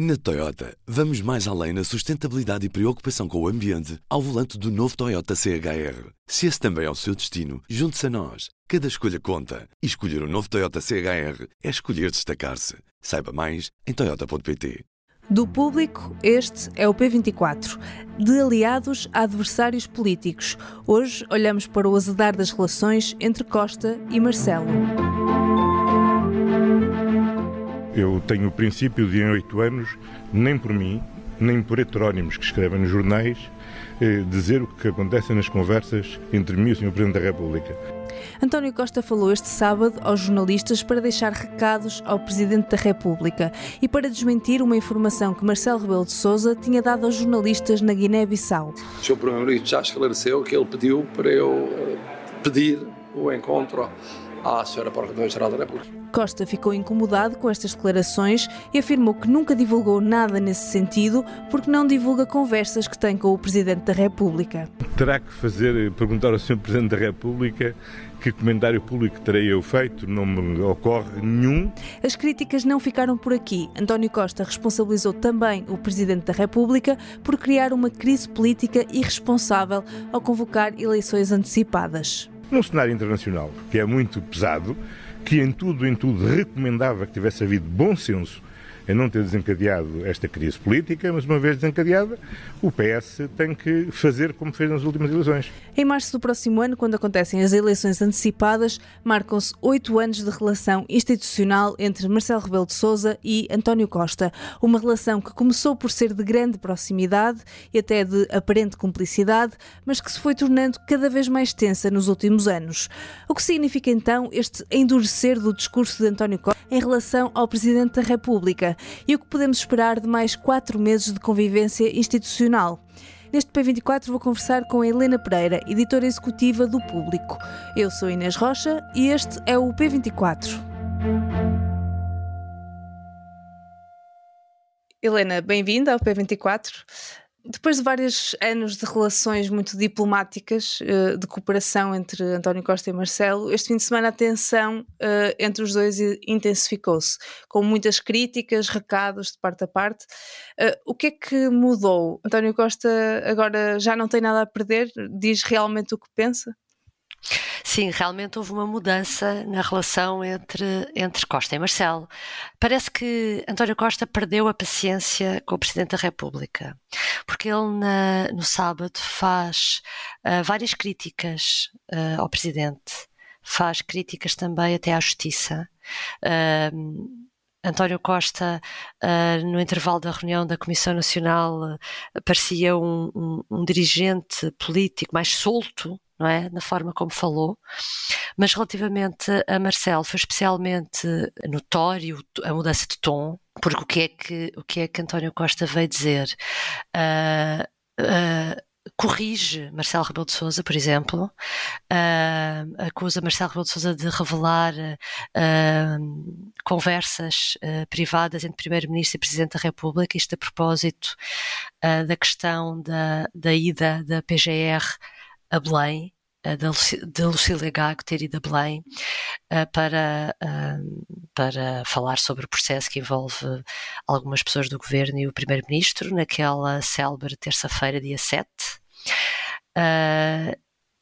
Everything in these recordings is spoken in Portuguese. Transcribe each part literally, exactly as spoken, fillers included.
Na Toyota, vamos mais além na sustentabilidade e preocupação com o ambiente ao volante do novo Toyota C H R. Se esse também é o seu destino, junte-se a nós. Cada escolha conta. E escolher o novo Toyota C H R é escolher destacar-se. Saiba mais em toyota ponto pt. Do público, este é o P vinte e quatro. De aliados a adversários políticos. Hoje olhamos para o azedar das relações entre Costa e Marcelo. Eu tenho o princípio de, em oito anos, nem por mim, nem por heterónimos que escrevem nos jornais, eh, dizer o que acontece nas conversas entre mim e o senhor Presidente da República. António Costa falou este sábado aos jornalistas para deixar recados ao Presidente da República e para desmentir uma informação que Marcelo Rebelo de Sousa tinha dado aos jornalistas na Guiné-Bissau. O senhor Primeiro-Ministro já esclareceu que ele pediu para eu pedir o encontro à senhora Procuradora-Geral da República. Costa ficou incomodado com estas declarações e afirmou que nunca divulgou nada nesse sentido porque não divulga conversas que tem com o Presidente da República. Terá que fazer, perguntar ao senhor Presidente da República que comentário público terei eu feito, não me ocorre nenhum. As críticas não ficaram por aqui. António Costa responsabilizou também o Presidente da República por criar uma crise política irresponsável ao convocar eleições antecipadas. Num cenário internacional que é muito pesado, que em tudo, em tudo recomendava que tivesse havido bom senso em não ter desencadeado esta crise política, mas uma vez desencadeada, o P S tem que fazer como fez nas últimas eleições. Em março do próximo ano, quando acontecem as eleições antecipadas, marcam-se oito anos de relação institucional entre Marcelo Rebelo de Sousa e António Costa. Uma relação que começou por ser de grande proximidade e até de aparente cumplicidade, mas que se foi tornando cada vez mais tensa nos últimos anos. O que significa então este endurecer do discurso de António Costa em relação ao Presidente da República? E o que podemos esperar de mais quatro meses de convivência institucional? Neste P vinte e quatro vou conversar com a Helena Pereira, editora executiva do Público. Eu sou Inês Rocha e este é o P vinte e quatro. Helena, bem-vinda ao P vinte e quatro. Depois de vários anos de relações muito diplomáticas, de cooperação entre António Costa e Marcelo, este fim de semana a tensão entre os dois intensificou-se, com muitas críticas, recados de parte a parte. O que é que mudou? António Costa agora já não tem nada a perder? Diz realmente o que pensa? Sim, realmente houve uma mudança na relação entre, entre Costa e Marcelo. Parece que António Costa perdeu a paciência com o Presidente da República, porque ele na, no sábado faz uh, várias críticas uh, ao Presidente, faz críticas também até à Justiça. Uh, António Costa, uh, no intervalo da reunião da Comissão Nacional, uh, parecia um, um, um dirigente político mais solto, não é? Na forma como falou, mas relativamente a Marcelo foi especialmente notório a mudança de tom, porque o que é que, o que, é que António Costa veio dizer? Uh, uh, corrige Marcelo Rebelo de Sousa, por exemplo, uh, acusa Marcelo Rebelo de Sousa de revelar uh, conversas uh, privadas entre Primeiro-Ministro e Presidente da República, isto a propósito uh, da questão da, da ida da P G R a Belém, de Lucília Gago ter ido a Belém uh, para, uh, para falar sobre o processo que envolve algumas pessoas do governo e o Primeiro-Ministro, naquela célebre terça-feira, dia sete. Uh,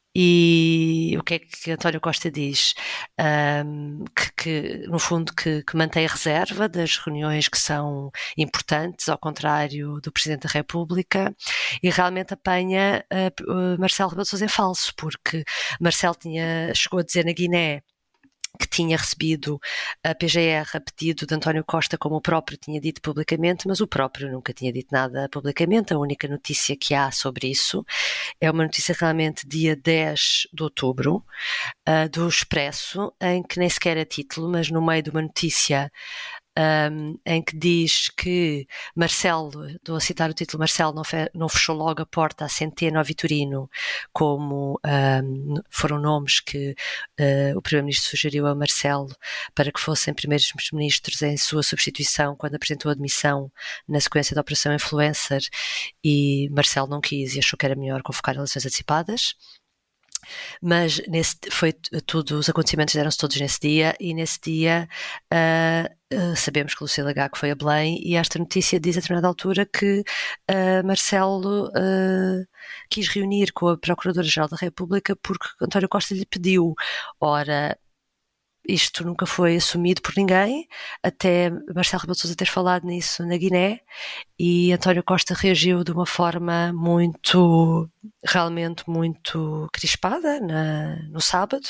E o que é que António Costa diz? Um, que, que, no fundo, que, que mantém a reserva das reuniões que são importantes, ao contrário do Presidente da República, e realmente apanha uh, uh, Marcelo Rebelo de Sousa em falso, porque Marcelo tinha, chegou a dizer na Guiné que tinha recebido a P G R a pedido de António Costa, como o próprio tinha dito publicamente, mas o próprio nunca tinha dito nada publicamente. A única notícia que há sobre isso é uma notícia realmente dia dez de outubro, uh, do Expresso, em que nem sequer é título, mas no meio de uma notícia Um, em que diz que Marcelo, estou a citar o título, Marcelo não, fe, não fechou logo a porta a Centeno, ao Vitorino, como um, foram nomes que uh, o Primeiro-Ministro sugeriu a Marcelo para que fossem primeiros ministros em sua substituição quando apresentou a demissão na sequência da Operação Influencer, e Marcelo não quis e achou que era melhor convocar eleições antecipadas. Mas nesse, foi tudo, os acontecimentos deram-se todos nesse dia, e nesse dia uh, uh, sabemos que Lucília Gago foi a Belém, e esta notícia diz a determinada altura que uh, Marcelo uh, quis reunir com a Procuradora-Geral da República porque António Costa lhe pediu. Ora, isto nunca foi assumido por ninguém, até Marcelo Rebelo de Sousa ter falado nisso na Guiné, e António Costa reagiu de uma forma muito, realmente muito crispada na, no sábado,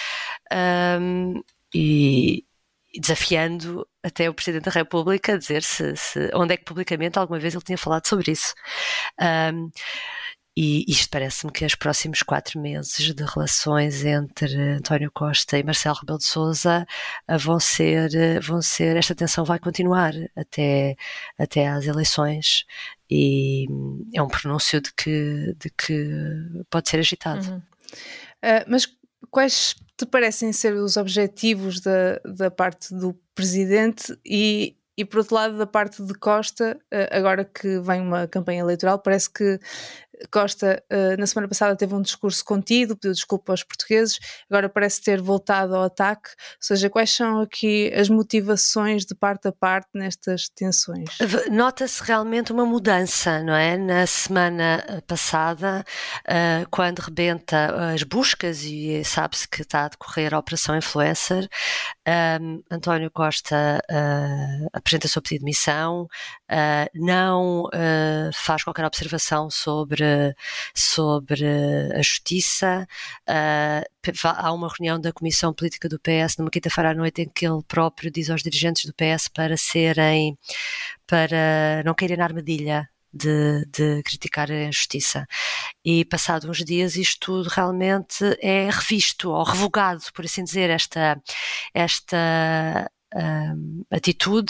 um, e desafiando até o Presidente da República a dizer se, se, onde é que publicamente alguma vez ele tinha falado sobre isso. Um, E isto parece-me que os próximos quatro meses de relações entre António Costa e Marcelo Rebelo de Sousa vão ser, vão ser, esta tensão vai continuar até, até às eleições, e é um pronúncio de que, de que pode ser agitado. Uhum. Uh, mas quais te parecem ser os objetivos da, da parte do Presidente e, e, por outro lado, da parte de Costa, agora que vem uma campanha eleitoral? Parece que Costa, uh, na semana passada, teve um discurso contido, pediu desculpa aos portugueses, agora parece ter voltado ao ataque. Ou seja, quais são aqui as motivações de parte a parte nestas tensões? Nota-se realmente uma mudança, não é? Na semana passada, uh, quando rebenta as buscas e sabe-se que está a decorrer a Operação Influencer, um, António Costa uh, apresenta o seu pedido de demissão, uh, não uh, faz qualquer observação sobre sobre a justiça. Uh, há uma reunião da Comissão Política do P S numa quinta-feira à noite em que ele próprio diz aos dirigentes do P S para serem, para não caírem na armadilha de, de criticar a justiça. E passados uns dias isto tudo realmente é revisto ou revogado, por assim dizer, esta, esta Um, atitude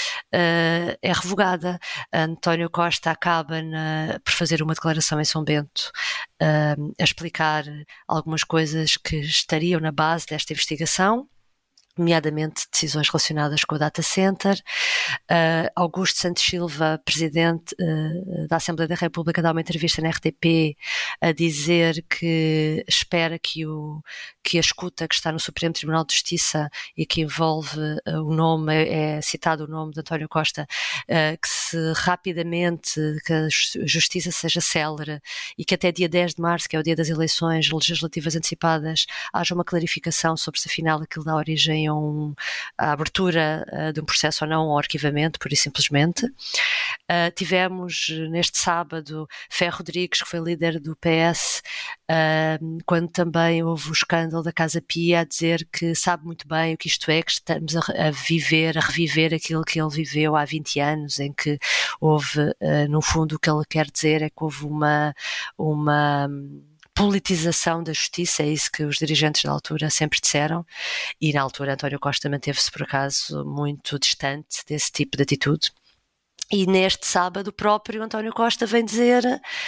uh, é revogada. António Costa acaba na, por fazer uma declaração em São Bento uh, a explicar algumas coisas que estariam na base desta investigação, nomeadamente decisões relacionadas com o data center. Uh, Augusto Santos Silva, presidente uh, da Assembleia da República, dá uma entrevista na R T P a dizer que espera que, o, que a escuta que está no Supremo Tribunal de Justiça e que envolve uh, o nome, é citado o nome de António Costa, uh, que se rapidamente, que a justiça seja célere e que até dia dez de março, que é o dia das eleições legislativas antecipadas, haja uma clarificação sobre se afinal aquilo dá origem a, um, a abertura uh, de um processo ou não, ou arquivamento, pura e simplesmente. Uh, tivemos neste sábado Ferro Rodrigues, que foi líder do P S, uh, quando também houve o escândalo da Casa Pia, a dizer que sabe muito bem o que isto é, que estamos a, a viver, a reviver aquilo que ele viveu há vinte anos, em que houve, uh, no fundo, o que ele quer dizer é que houve uma... uma politização da justiça, é isso que os dirigentes da altura sempre disseram, e na altura António Costa manteve-se, por acaso, muito distante desse tipo de atitude. E neste sábado próprio António Costa vem dizer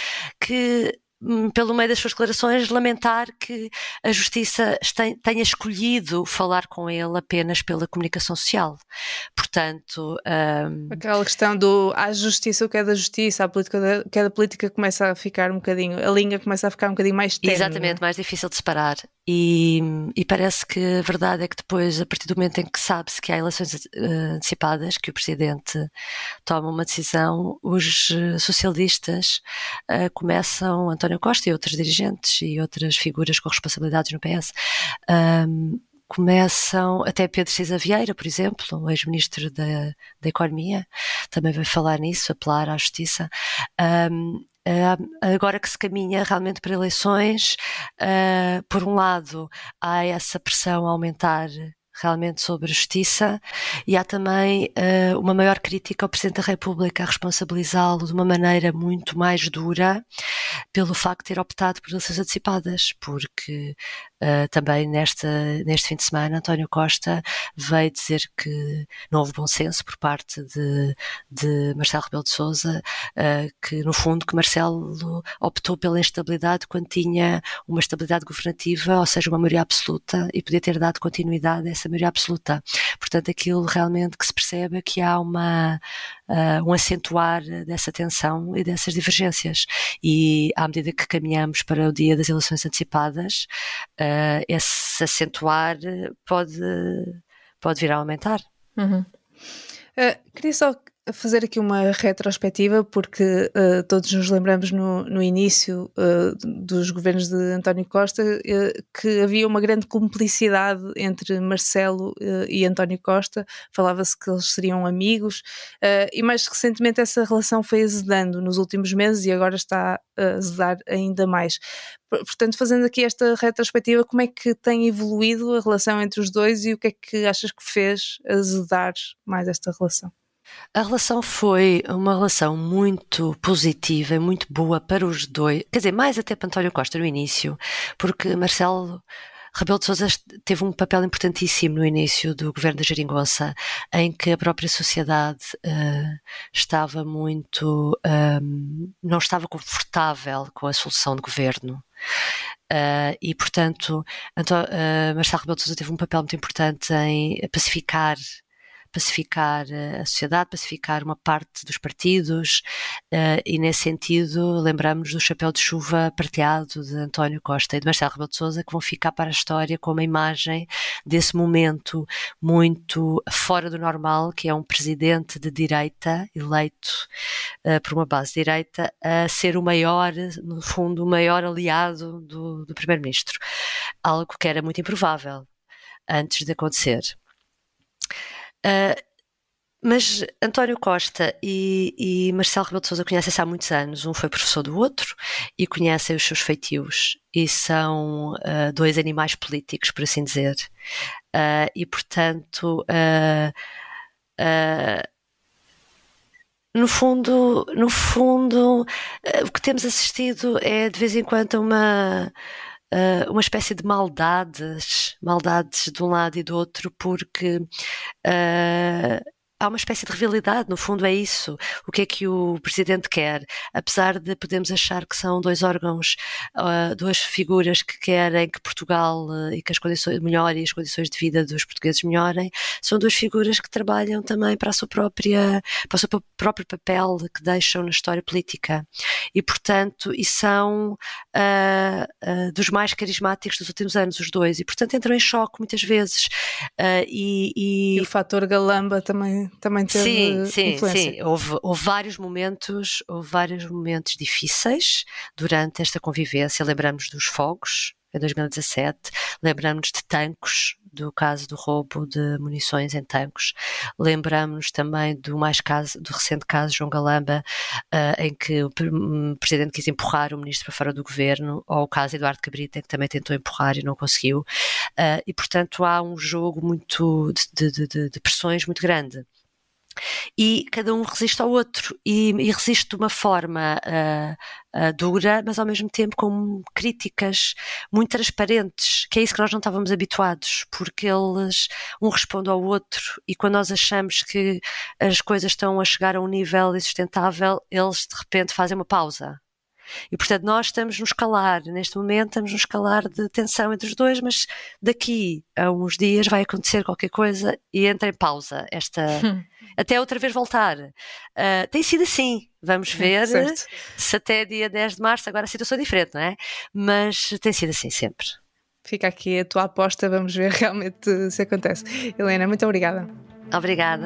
que, pelo meio das suas declarações, lamentar que a Justiça tenha escolhido falar com ele apenas pela comunicação social. Portanto... Um... Aquela questão do há justiça, o que é da justiça, a política da, que é da política começa a ficar um bocadinho, a linha começa a ficar um bocadinho mais tênue. Exatamente, mais difícil de separar. E, e parece que a verdade é que depois, a partir do momento em que sabe-se que há eleições uh, antecipadas, que o Presidente toma uma decisão, os uh, socialistas uh, começam, António Costa e outros dirigentes e outras figuras com responsabilidades no P S, um, começam, até Pedro Cisa Vieira, por exemplo, o ex-ministro da, da Economia, também vai falar nisso, apelar à justiça. Um, Uh, agora que se caminha realmente para eleições, uh, por um lado há essa pressão a aumentar realmente sobre a justiça, e há também uh, uma maior crítica ao Presidente da República, a responsabilizá-lo de uma maneira muito mais dura pelo facto de ter optado por eleições antecipadas, porque uh, também nesta, neste fim de semana António Costa veio dizer que não houve bom senso por parte de, de Marcelo Rebelo de Sousa, uh, que no fundo que Marcelo optou pela instabilidade quando tinha uma estabilidade governativa, ou seja, uma maioria absoluta, e podia ter dado continuidade a essa da maioria absoluta. Portanto, aquilo realmente que se percebe é que há uma, uh, um acentuar dessa tensão e dessas divergências. E à medida que caminhamos para o dia das eleições antecipadas, uh, esse acentuar pode, pode vir a aumentar. Uhum. Uh, queria só fazer aqui uma retrospectiva, porque uh, todos nos lembramos no, no início uh, dos governos de António Costa uh, que havia uma grande cumplicidade entre Marcelo uh, e António Costa. Falava-se que eles seriam amigos, uh, e mais recentemente essa relação foi azedando nos últimos meses e agora está a azedar ainda mais. Portanto, fazendo aqui esta retrospectiva, como é que tem evoluído a relação entre os dois e o que é que achas que fez azedar mais esta relação? A relação foi uma relação muito positiva e muito boa para os dois, quer dizer, mais até para António Costa no início, porque Marcelo Rebelo de Sousa teve um papel importantíssimo no início do governo da Geringonça, em que a própria sociedade uh, estava muito, um, não estava confortável com a solução de governo. Uh, e, portanto, Antó- uh, Marcelo Rebelo de Sousa teve um papel muito importante em pacificar pacificar a sociedade, pacificar uma parte dos partidos, uh, e nesse sentido lembramos do chapéu de chuva partilhado de António Costa e de Marcelo Rebelo de Sousa, que vão ficar para a história com uma imagem desse momento muito fora do normal, que é um presidente de direita, eleito uh, por uma base de direita, a ser o maior, no fundo, o maior aliado do, do primeiro-ministro. Algo que era muito improvável antes de acontecer. Uh, mas António Costa e, e Marcelo Rebelo de Sousa conhecem-se há muitos anos, um foi professor do outro e conhecem os seus feitios e são uh, dois animais políticos, por assim dizer, uh, e portanto uh, uh, no fundo, no fundo uh, o que temos assistido é de vez em quando uma Uh, uma espécie de maldades, maldades de um lado e do outro, porque uh, há uma espécie de rivalidade, no fundo é isso. O que é que o Presidente quer? Apesar de podermos achar que são dois órgãos, uh, duas figuras que querem que Portugal uh, e que as condições melhorem e as condições de vida dos portugueses melhorem, são duas figuras que trabalham também para a sua própria, para o seu próprio papel que deixam na história política. E, portanto, e são uh, uh, dos mais carismáticos dos últimos anos, os dois, e, portanto, entram em choque muitas vezes. Uh, e, e... e o fator Galamba também, também teve sim, sim, influência. Sim, houve, houve vários momentos, houve vários momentos difíceis durante esta convivência. Lembramos dos fogos em dois mil e dezassete, lembramos de Tancos, do caso do roubo de munições em Tancos, lembramos também do mais caso, do recente caso João Galamba, uh, em que o Presidente quis empurrar o Ministro para fora do Governo, ou o caso Eduardo Cabrita, que também tentou empurrar e não conseguiu, uh, e portanto há um jogo muito de, de, de, de pressões muito grande. E cada um resiste ao outro e, e resiste de uma forma uh, uh, dura, mas ao mesmo tempo com críticas muito transparentes, que é isso que nós não estávamos habituados, porque eles, um responde ao outro, e quando nós achamos que as coisas estão a chegar a um nível insustentável, eles de repente fazem uma pausa. E, portanto, nós estamos no escalar, neste momento estamos no escalar de tensão entre os dois, mas daqui a uns dias vai acontecer qualquer coisa e entra em pausa, esta, hum. até outra vez voltar. Uh, tem sido assim, vamos ver certo. Se até dia dez de março, agora a situação é diferente, não é? Mas tem sido assim sempre. Fica aqui a tua aposta, vamos ver realmente se acontece. Helena, muito obrigada. Obrigada.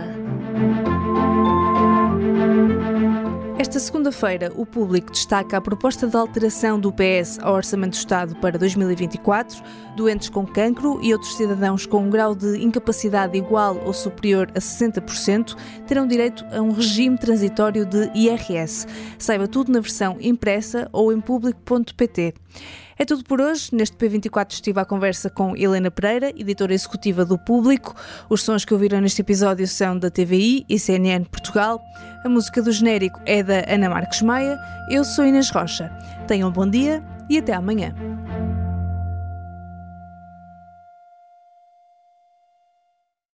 Esta segunda-feira, o Público destaca a proposta de alteração do P S ao Orçamento do Estado para dois mil e vinte e quatro. Doentes com cancro e outros cidadãos com um grau de incapacidade igual ou superior a sessenta por cento terão direito a um regime transitório de I R S. Saiba tudo na versão impressa ou em público ponto pt. É tudo por hoje. Neste P vinte e quatro estive à conversa com Helena Pereira, editora executiva do Público. Os sons que ouviram neste episódio são da T V I e C N N Portugal. A música do genérico é da Ana Marques Maia. Eu sou Inês Rocha. Tenham um bom dia e até amanhã.